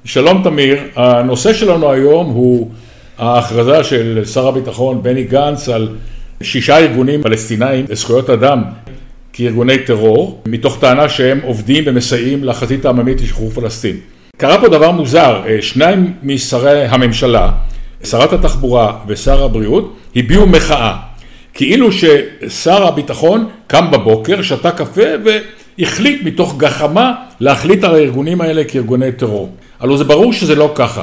שלום תמיר, הנושא שלנו היום הוא ההכרזה של שר הביטחון בני גנץ על 6 ארגונים פלסטינאים לזכויות אדם כארגוני טרור, מתוך טענה שהם עובדים ומסייעים לחזית העממית לשחרור פלסטין. קרה פה דבר מוזר, 2 משרי הממשלה, שרת התחבורה ושר הבריאות, הביעו מחאה. כאילו ששר הביטחון קם בבוקר, שתה קפה והחליט מתוך גחמה להחליט על הארגונים האלה כארגוני טרור. אבל זה ברור שזה לא ככה.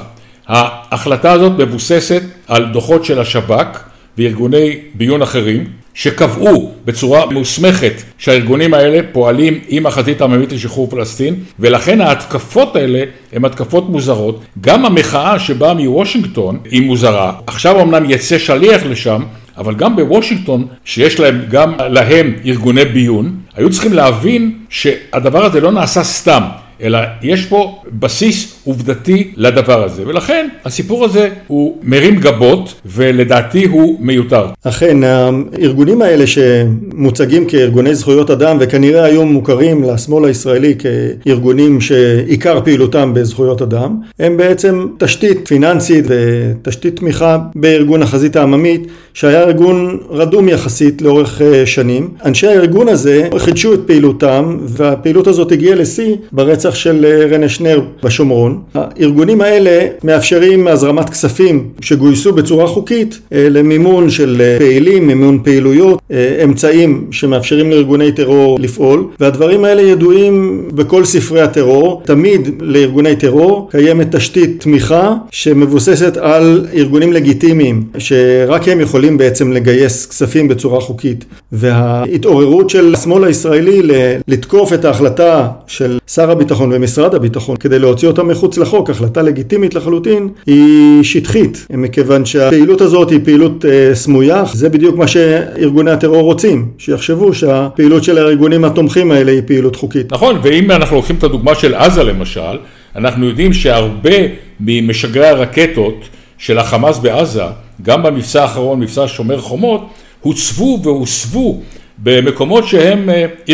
ההחלטה הזאת מבוססת על דוחות של השב"כ וארגוני ביון אחרים, שקבעו בצורה מוסמכת שהארגונים האלה פועלים עם החזית העממית לשחרור פלסטין, ולכן ההתקפות האלה הן התקפות מוזרות. גם המחאה שבאה מוושינגטון היא מוזרה. עכשיו אמנם יצא שליח לשם, אבל גם בוושינגטון, שיש גם להם ארגוני ביון, היו צריכים להבין שהדבר הזה לא נעשה סתם, אלא יש פה בסיס עובדתי לדבר הזה, ולכן הסיפור הזה הוא מרים גבות, ולדעתי הוא מיותר. אכן, הארגונים האלה שמוצגים כארגוני זכויות אדם, וכנראה היום מוכרים לשמאל הישראלי כארגונים שעיקר פעילותם בזכויות אדם, הם בעצם תשתית פיננסית ותשתית תמיכה בארגון החזית העממית, שהיה ארגון רדום יחסית לאורך שנים. אנשי הארגון הזה חידשו את פעילותם, והפעילות הזאת הגיעה לשיא ברצח של רנה שנר בשומרון. הארגונים האלה מאפשרים הזרמת כספים שגויסו בצורה חוקית למימון של פעילים, מימון פעילויות, אמצעים שמאפשרים לארגוני טרור לפעול, והדברים האלה ידועים בכל ספרי הטרור. תמיד לארגוני טרור קיימת תשתית תמיכה שמבוססת על ארגונים לגיטימיים, שרק הם יכולים בעצם לגייס כספים בצורה חוקית. וההתעוררות של השמאל הישראלי לתקוף את ההחלטה של שר הביטחון ומשרד הביטחון כדי להוציא אותה מחוץ לחוק, החלטה לגיטימית לחלוטין, היא שטחית, מכיוון שהפעילות הזאת היא פעילות סמויה. זה בדיוק מה שארגוני הטרור רוצים, שיחשבו שהפעילות של הארגונים התומכים האלה היא פעילות חוקית. נכון, ואם אנחנו לוקחים את הדוגמה של עזה למשל, אנחנו יודעים שהרבה ממשגרי הרקטות של החמאס בעזה, גם במבצע האחרון, מבצע שומר חומות, הוצבו והוסבו במקומות שהם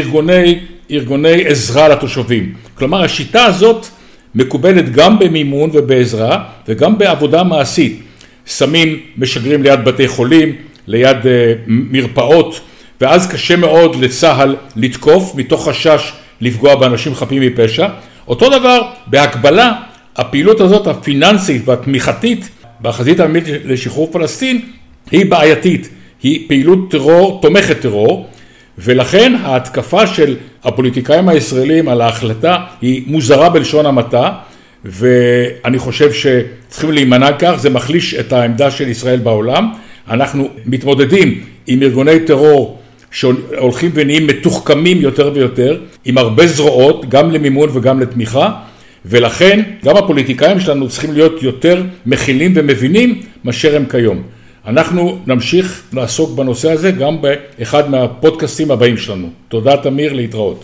ארגוני עזרה לתושבים. כלומר, השיטה הזאת מקובלת גם במימון ובעזרה, וגם בעבודה מעשית. שמים משגרים ליד בתי חולים, ליד מרפאות, ואז קשה מאוד לצהל לתקוף, מתוך חשש לפגוע באנשים חפים מפשע. אותו דבר, בהקבלה, הפעילות הזאת הפיננסית והתמיכתית, בחזית העממית לשחרור פלסטין, היא בעייתית. היא פעילות טרור, תומכת טרור, ולכן ההתקפה של הפוליטיקאים הישראלים על ההחלטה היא מוזרה בלשון המעטה, ואני חושב שצריכים להימנע כך. זה מחליש את העמדה של ישראל בעולם. אנחנו מתמודדים עם ארגוני טרור שהולכים ונהיים מתוחכמים יותר ויותר, עם הרבה זרועות, גם למימון וגם לתמיכה, ולכן גם הפוליטיקאים שלנו צריכים להיות יותר מכילים ומבינים מאשר הם כיום. אנחנו נמשיך לעסוק בנושא הזה גם באחד מהפודקאסטים הבאים שלנו. תודה תמיר, להתראות.